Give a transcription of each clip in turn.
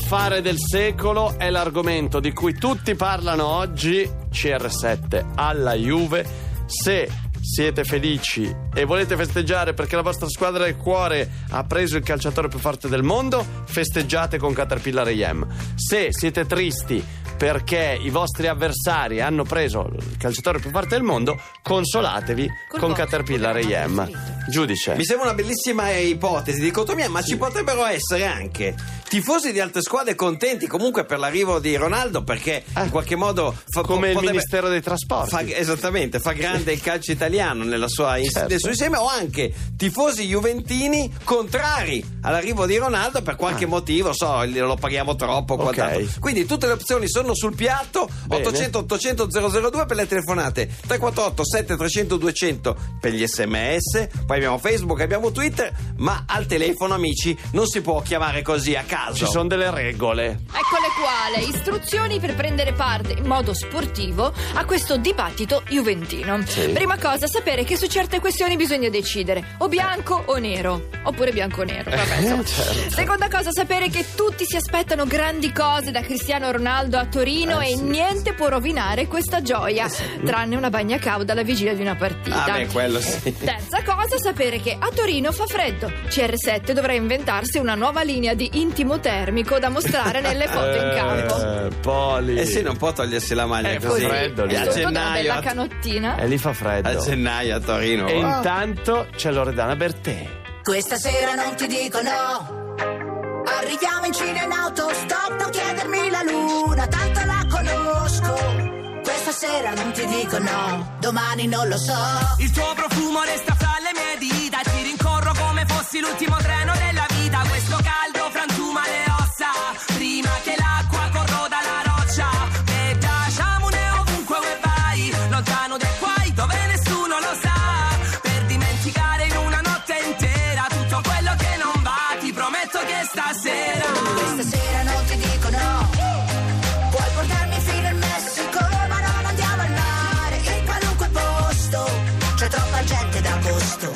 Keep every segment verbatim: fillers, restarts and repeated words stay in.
L'affare del secolo è l'argomento di cui tutti parlano oggi. C R sette alla Juve. Se siete felici e volete festeggiare perché la vostra squadra del cuore ha preso il calciatore più forte del mondo, festeggiate con Caterpillar A M. Se siete tristi perché i vostri avversari hanno preso il calciatore più forte del mondo, consolatevi Col con Caterpillar A M. Giudice. Mi sembra una bellissima ipotesi, dicotomia, ma ci potrebbero essere anche tifosi di altre squadre contenti comunque per l'arrivo di Ronaldo, perché eh, in qualche modo fa, come potrebbe, il Ministero dei Trasporti fa, esattamente, fa grande il calcio italiano nella sua, certo. nel suo insieme, o anche tifosi juventini contrari all'arrivo di Ronaldo per qualche ah. motivo, so, lo paghiamo troppo, okay. Quindi tutte le opzioni sono sul piatto. Bene. ottocento ottocento zero zero due per le telefonate, tre quattro otto sette trecento duecento per gli sms, poi abbiamo Facebook, abbiamo Twitter, ma al telefono, amici, non si può chiamare così a caso. Ci sono delle regole. Eccole quale, istruzioni per prendere parte in modo sportivo a questo dibattito juventino. Sì. Prima cosa, sapere che su certe questioni bisogna decidere o bianco o nero, oppure bianco o nero. Vabbè, eh, certo. Seconda cosa, sapere che tutti si aspettano grandi cose da Cristiano Ronaldo a Torino eh, e sì. niente può rovinare questa gioia, eh, sì. tranne una bagna cauda alla vigilia di una partita. Ah beh, quello sì. Terza cosa, sapere che a Torino fa freddo. C R sette dovrà inventarsi una nuova linea di intimo termico da mostrare nelle foto in campo. Eh, Poli. Eh sì, non può togliersi la maglia eh, così. Fa freddo lì. E a Sotto gennaio una bella canottina. E lì fa freddo. A gennaio a Torino. E oh. intanto c'è Loredana Bertè. Questa sera non ti dico no. Arriviamo in Cina in autostop, non chiedermi la luna, tanto la conosco. Questa sera non ti dico no, domani non lo so. Il tuo profumo resta fra le mie dita, ti rincorro come fossi l'ultimo treno della vita. Questo caldo frantuma le ossa, prima che l'acqua corroda la roccia. E giacciamone ovunque vai, lontano dai guai dove nessuno lo sa, per dimenticare in una notte intera tutto quello che non va. Ti prometto che stasera, questa sera non ti dico no. Puoi portarmi fino al Messico, ma non andiamo al mare, in qualunque posto c'è troppa gente d'agosto.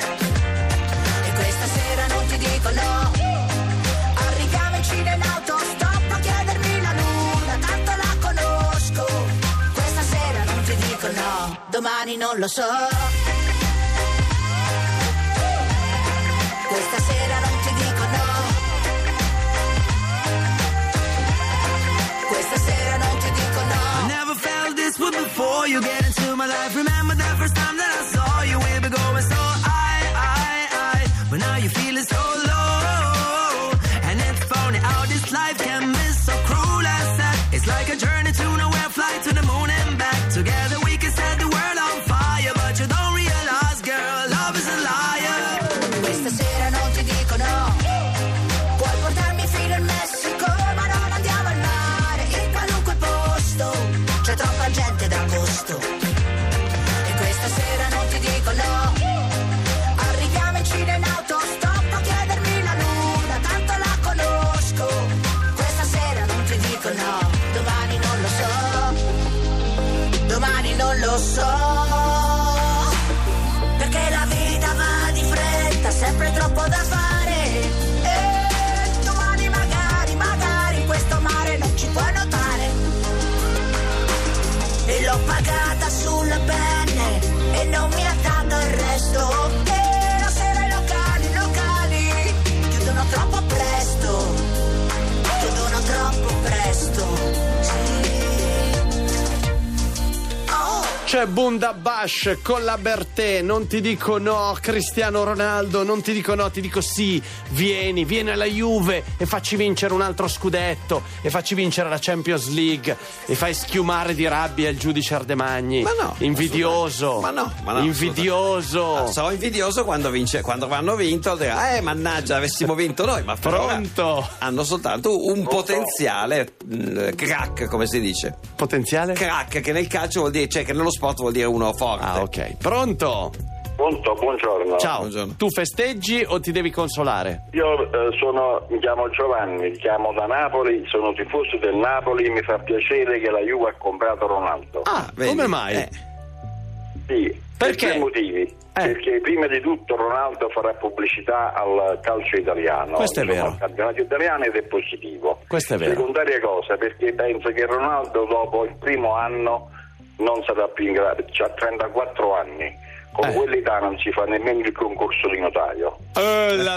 E questa sera non ti dico no. Arriviamo in Cina in autostop a chiedermi la luna, tanto la conosco. Questa sera non ti dico no, domani non lo so. Questa sera non ti dico no. Questa sera non ti dico no. I never felt this way before you get into my life. Remember the first time that I saw you, we were going so high, high, high, but now you feel it so low. And it's funny how this life can be so cruel and sad. It's like a journey to nowhere, fly to the moon and back. Together we can set the world on fire, but you don't realize, girl, love is a liar. Questa sera non ti dico no. Puoi portarmi fino al Messico, ma non andiamo al mare, in qualunque posto c'è troppa gente d'agosto. E questa sera non ti dico no. Arriviamo in Cina in autostop a chiedermi la luna, tanto la conosco. Questa sera non ti dico no, domani non lo so. Domani non lo so. Perché la vita va di fretta, sempre troppo da fare. E domani magari, magari questo mare non ci puoi notare. E l'ho pagata sulla pelle e non mi ha dato il resto. E la sera i locali, i locali chiudono troppo presto. Chiudono troppo presto. Sì. Oh. C'è Bundabash con la Bertè. Non ti dico no, Cristiano Ronaldo. Non ti dico no, ti dico sì. Vieni, vieni alla Juve e facci vincere un altro scudetto, e facci vincere la Champions League, e fai schiumare di rabbia il giudice Ardemagni. Ma no, invidioso. Ma no, ma no, invidioso. Ah, sarò invidioso quando vince, quando vanno vinto, dirà, eh mannaggia, avessimo vinto noi, ma per ora Pronto? hanno soltanto un potenziale mh, crack, come si dice. Potenziale? Crack, che nel calcio vuol dire, cioè che nello sport vuol dire uno forte. Ah, ok. Pronto? Pronto, buongiorno. Ciao. Buongiorno. Tu festeggi o ti devi consolare? Io eh, sono, mi chiamo Giovanni, chiamo da Napoli, sono tifoso del Napoli, mi fa piacere che la Juve ha comprato Ronaldo. Ah, vedi? come mai? Eh. Sì, Perché? Per due motivi. Eh. Perché prima di tutto Ronaldo farà pubblicità al calcio italiano. Questo è vero. Al campionato italiano ed è positivo. Questo è vero. Secondaria cosa, perché penso che Ronaldo dopo il primo anno non sarà più in grado, ha trentaquattro anni. Con Eh. quell'età non si fa nemmeno il concorso di notaio. Oh, la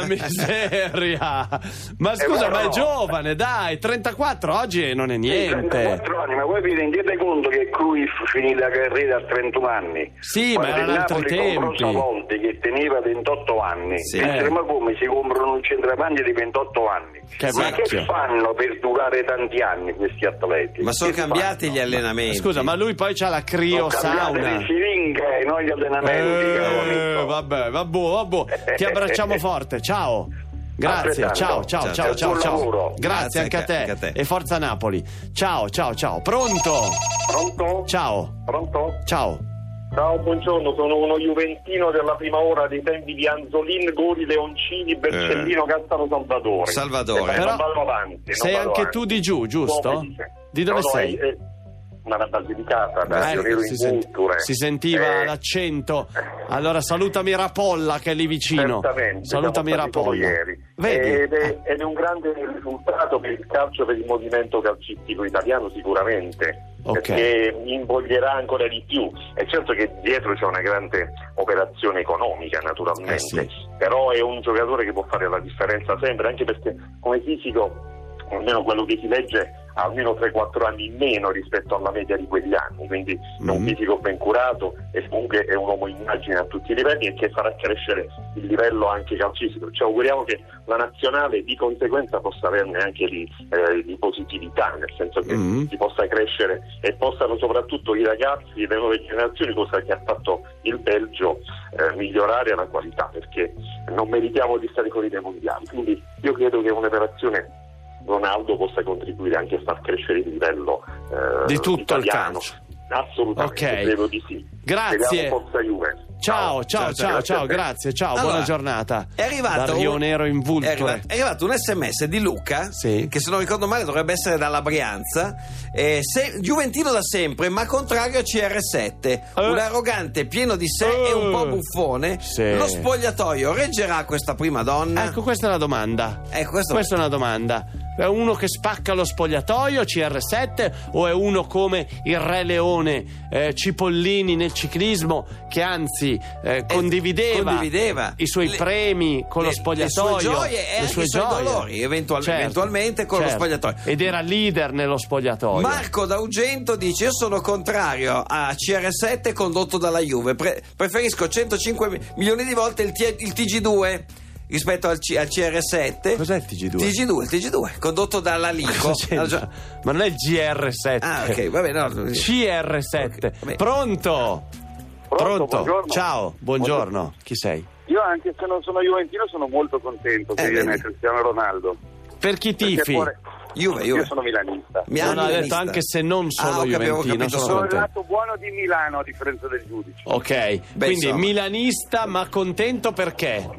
miseria! Ma scusa, Eh, ma è no. giovane, dai, trentaquattro oggi non è niente. trentaquattro anni, ma voi vi rendete conto che Cruyff finì la carriera a trentuno anni? Sì, Quando ma erano il altri Napoli comprò tempi. Savoldi che teneva ventotto anni. Sì. Mentre Eh. ma come si comprano un centravanti di ventotto anni? Che ma vecchio. che fanno per durare tanti anni questi atleti? Ma sono Che cambiati fanno? gli allenamenti. Scusa, ma lui poi c'ha la crio Sono cambiate sauna. le siringhe, non gli allenamenti, caro Eh, amico. vabbè, vabbè, vabbè. Ti abbracciamo forte, ciao. Grazie, Altrettanto. ciao, ciao, Ciao, ciao, ciao. ciao, Buon ciao. lavoro. Grazie, Grazie anche, anche- a te. anche a te. E forza Napoli. Ciao, ciao, ciao. Pronto? Pronto? Ciao, Pronto? ciao. Ciao, buongiorno, sono uno juventino della prima ora dei tempi di Anzolin, Gori, Leoncini, Bercellino, Cassano, Salvatore. Salvatore. Eh, ma Però non vado avanti. non sei vado anche avanti. tu di giù, giusto? Come dice? Di dove No, no, sei? è- è una Basilicata, da Eh, Ionero si, in sent- Culture. si sentiva Eh, l'accento. Allora salutami Rapolla che è lì vicino. Certamente, Salutami siamo stati solo Rapolla. ieri. Vedi? Ed è, ed è un grande risultato per il calcio, per il movimento calcistico italiano sicuramente, Ok. perché invoglierà ancora di più. È certo che dietro c'è una grande operazione economica naturalmente, Eh sì. però è un giocatore che può fare la differenza sempre, anche perché come fisico, almeno quello che si legge, ha almeno tre quattro anni in meno rispetto alla media di quegli anni, quindi è un Mhm. fisico ben curato e comunque è un uomo immagine a tutti i livelli e che farà crescere il livello anche calcistico. Ci auguriamo che la nazionale di conseguenza possa averne anche di, eh, di positività, nel senso che Mhm. si possa crescere e possano soprattutto i ragazzi, le nuove generazioni, cosa che ha fatto il Belgio, eh, migliorare la qualità, perché non meritiamo di stare fuori dai mondiali. Quindi io credo che un'operazione Ronaldo possa contribuire anche a far crescere il livello eh, Di tutto il italiano. calcio. Assolutamente, Ok. credo di sì. Grazie. Speriamo Forza Juve. Ciao, ciao, ciao, ciao, grazie, ciao, Allora, buona giornata. È arrivato da Rio un, Nero in è, Vulture. arrivato, è arrivato un sms di Luca, Sì. che se non ricordo male dovrebbe essere dalla Brianza, eh, se- Juventino da sempre, ma contrario a C R sette, Eh. un arrogante, pieno di sé e un po' buffone. Sì. Lo spogliatoio reggerà questa prima donna? Ecco, questa è una domanda. Ecco, questo- Questa è una domanda. È uno che spacca lo spogliatoio, C R sette, o è uno come il Re Leone, eh, Cipollini nel ciclismo, che anzi eh, condivideva, condivideva i suoi le- premi con lo le- spogliatoio, le sue gioie e anche i suoi dolori, eventual- Certo, eventualmente con lo certo. spogliatoio. Ed era leader nello spogliatoio. Marco da Ugento dice: io sono contrario a C R sette condotto dalla Juve, Pre- preferisco centocinque mi- milioni di volte il, T- il T G due rispetto al, C- al C R sette. Cos'è il T G due? T G due, il T G due condotto dalla Lico. Cosa c'entra? Ma non è il G R sette. Ah, ok, va bene, no. C R sette. Ok, vabbè. Pronto? Pronto, buongiorno. Ciao, buongiorno. Chi sei? Io, anche se non sono juventino, sono molto contento che Eh, viene vedi. Cristiano Ronaldo. Per chi Perché tifi? poi- Juve, Io Juve. sono milanista. Mi Non hanno ha detto milanista. anche se non sono Ah, ho capito, ho juventino, capito, sono Sono il contento. lato buono di Milano, a differenza del giudice. Ok, Beh, quindi insomma. milanista ma contento perché?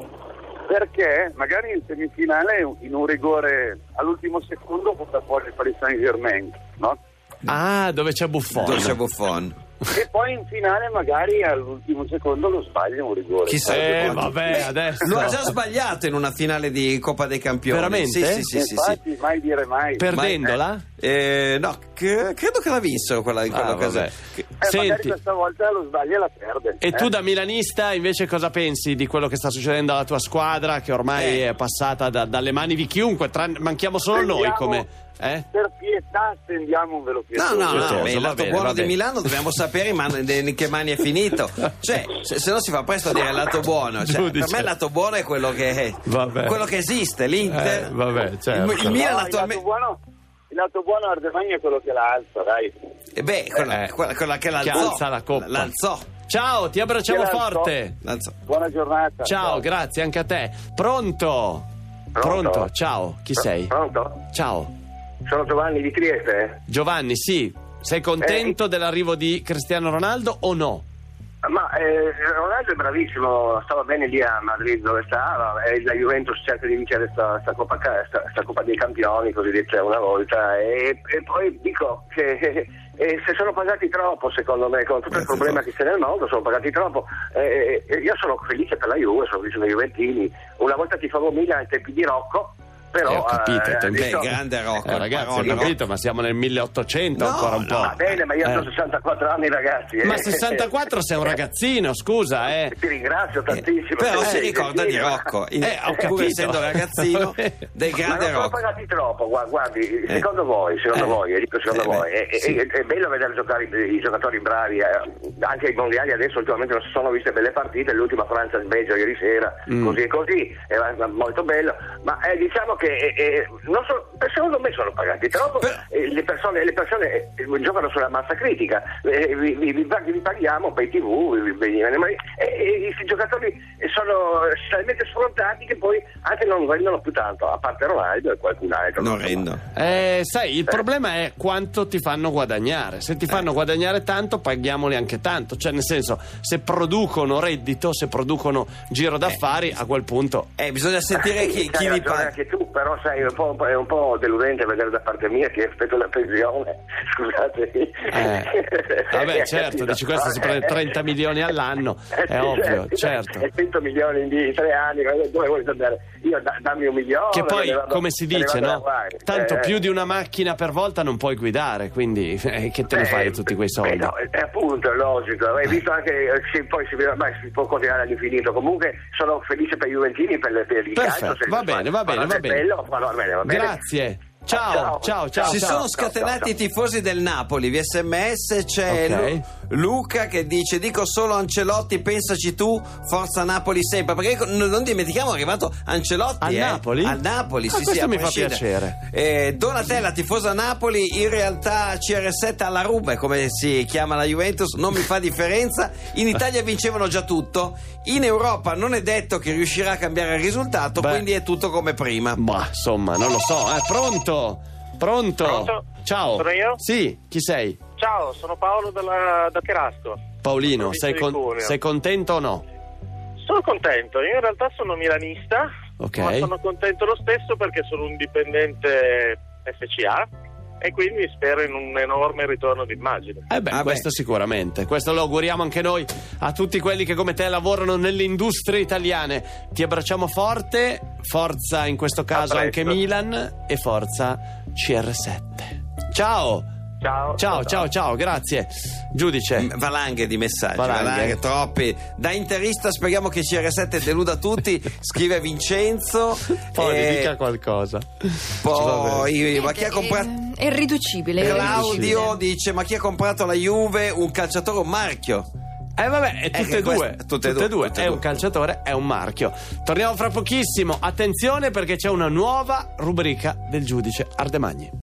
Perché magari in semifinale in un rigore all'ultimo secondo porta fuori il Paris Saint-Germain, no? Ah, dove c'è Buffon. Dove c'è Buffon? E poi in finale magari all'ultimo secondo lo sbaglia un rigore. Chissà. Eh, vabbè, adesso. Lo ha già sbagliato in una finale di Coppa dei Campioni. Veramente? Sì, sì, sì, sì, sì. Infatti, mai dire mai. Perdendola? Eh, no, che- credo che l'ha visto quella in Ah, quell'occasione. vabbè. Che- Eh, magari Senti, questa volta lo sbaglia e la perde. e tu eh. da milanista invece cosa pensi di quello che sta succedendo alla tua squadra, che ormai Eh. è passata da- dalle mani di chiunque, tranne- manchiamo solo noi Stendiamo- come... Eh? Per pietà stendiamo un velo No, pietoso. no, no, Pietoso, beh, il va lato bene, buono va di bene. Milano dobbiamo sapere in, man- in che mani è finito. Cioè, se, se no si fa presto a dire il lato buono. Cioè, Giudice. per me il lato buono è quello che, Vabbè. quello che esiste, l'Inter. Eh, vabbè, certo. il, il No, Milan il, lato attualmente. buono, il lato buono a Ardemagna è quello che la alza, dai. Eh beh, quella, Eh. quella- quella che Che l'alzò. alza la coppa. L'alzò. Ciao, ti abbracciamo Che l'alzò. forte. l'alzò. Buona giornata. Ciao, grazie anche a te. Pronto? Pronto? Ciao, chi sei? Pronto? Ciao. Sono Giovanni di Trieste. Giovanni, sì. Sei contento dell'arrivo di Cristiano Ronaldo o no? Ma eh, Ronaldo è bravissimo, stava bene lì a Madrid dove stava, e la Juventus cerca di vincere questa Coppa, sta, sta Coppa dei Campioni, così detta una volta, e, e poi dico che e se sono pagati troppo, secondo me, con tutto il problema che c'è nel mondo, sono pagati troppo. Eh, io sono felice per la Juve, sono felice per i Juventini. Una volta tifavo Milan ai tempi di Rocco, però eh, ho capito, eh, tempi- Beh, grande Rocco, Eh, ragazzi, ho capito, ma siamo nel milleottocento No, ancora un po'. va bene, ma io Eh. ho sessantaquattro anni, ragazzi. eh. Ma sessantaquattro sei un ragazzino, scusa, eh. Ti ringrazio tantissimo. Però Eh, si eh, ricorda sì, di ma- Rocco, in- Eh, ho pur capito. essendo ragazzino del Ma grande non sono Rocco. pagati troppo, gua- guardi, secondo voi, secondo Eh. voi, io dico secondo Eh, voi, beh, è, è- sì. è- è bello vedere giocare i, i giocatori bravi, eh, anche i mondiali adesso ultimamente non si sono viste belle partite, l'ultima Francia-Belgio ieri sera, Mm. così e così, è molto bello, ma eh, diciamo che eh, eh, non so, secondo me sono pagati troppo, Per- eh, le persone, le persone eh, giocano sulla massa critica, eh, vi, vi, vi, vi paghiamo per i tivù, vi, vi, vi, ma, e, e i giocatori sono talmente sfrontati che poi anche non rendono più tanto, a parte Ronaldo e qualcun altro. Non rendo. Eh, sai, il problema è quanto ti fanno guadagnare. Se ti fanno guadagnare tanto, paghiamoli anche tanto. Cioè, nel senso, se producono reddito, se producono giro d'affari, a quel punto. Eh, bisogna sentire chi, Sì, chi hai li ragione paga. anche tu, però sai, è un po', è un po' deludente vedere da parte mia che aspetto la pensione. Scusate. Eh, vabbè, certo, dici questo si prende trenta milioni all'anno, è ovvio, certo. E cento milioni in tre anni, dove vuoi andare? Io da, dammi un milione. Che poi, me ne vado- come si me ne dice, vado a no? fare. Tanto Eh, più di una macchina per volta non puoi guidare, quindi eh, che te ne Beh, fai di tutti quei beh, soldi? no, è, è appunto, è logico. Hai visto anche, eh, sì, poi si, beh, si può continuare all'infinito. Comunque sono felice per i Juventini, per, le- per il Perfetto, calcio. se- va bene, va bene, quando va è bene. bello, quando va bene, va bene. Grazie. Ciao, Ciao. ciao, ciao. Si ciao. sono scatenati i tifosi del Napoli via sms. C'è Ok. Lu- Luca che dice: dico solo Ancelotti, pensaci tu, forza Napoli sempre. Perché n- non dimentichiamo, è arrivato Ancelotti Al eh. Napoli? Al Napoli, Ah, sì, sì, questo a mi fa prescindere. piacere. Eh, Donatella, tifosa Napoli, in realtà C R sette alla ruba, come si chiama la Juventus, non mi fa differenza. In Italia vincevano già tutto, in Europa non è detto che riuscirà a cambiare il risultato, Beh. quindi è tutto come prima. Ma insomma, non lo so. Eh, pronto? Pronto? Pronto? Ciao. Sono io? Sì, chi sei? Ciao, sono Paolo dalla, da Cherasco. Paolino, Provincia sei, di con- Cuneo. sei contento o no? Sono contento, io in realtà sono milanista, Ok. ma sono contento lo stesso perché sono un dipendente F C A e quindi spero in un enorme ritorno d'immagine. Eh beh, Ah, questo beh. sicuramente. Questo lo auguriamo anche noi a tutti quelli che come te lavorano nelle industrie italiane. Ti abbracciamo forte, forza in questo caso A anche presto. Milan e forza C R sette. Ciao! Ciao. Ciao, ciao, ciao, grazie. Giudice. Valanghe di messaggi, Valanghe. valanghe, troppi. Da interista speriamo che C R sette deluda tutti. Scrive Vincenzo. Poi eh, dica qualcosa. Poi, ma chi ha comprato? È irriducibile. è Claudio irriducibile. dice: ma chi ha comprato la Juve? Un calciatore, un marchio. Eh vabbè, è tutte che e due. queste- tutte e due, tutte e È due. un calciatore, è un marchio. Torniamo fra pochissimo. Attenzione perché c'è una nuova rubrica del giudice Ardemagni.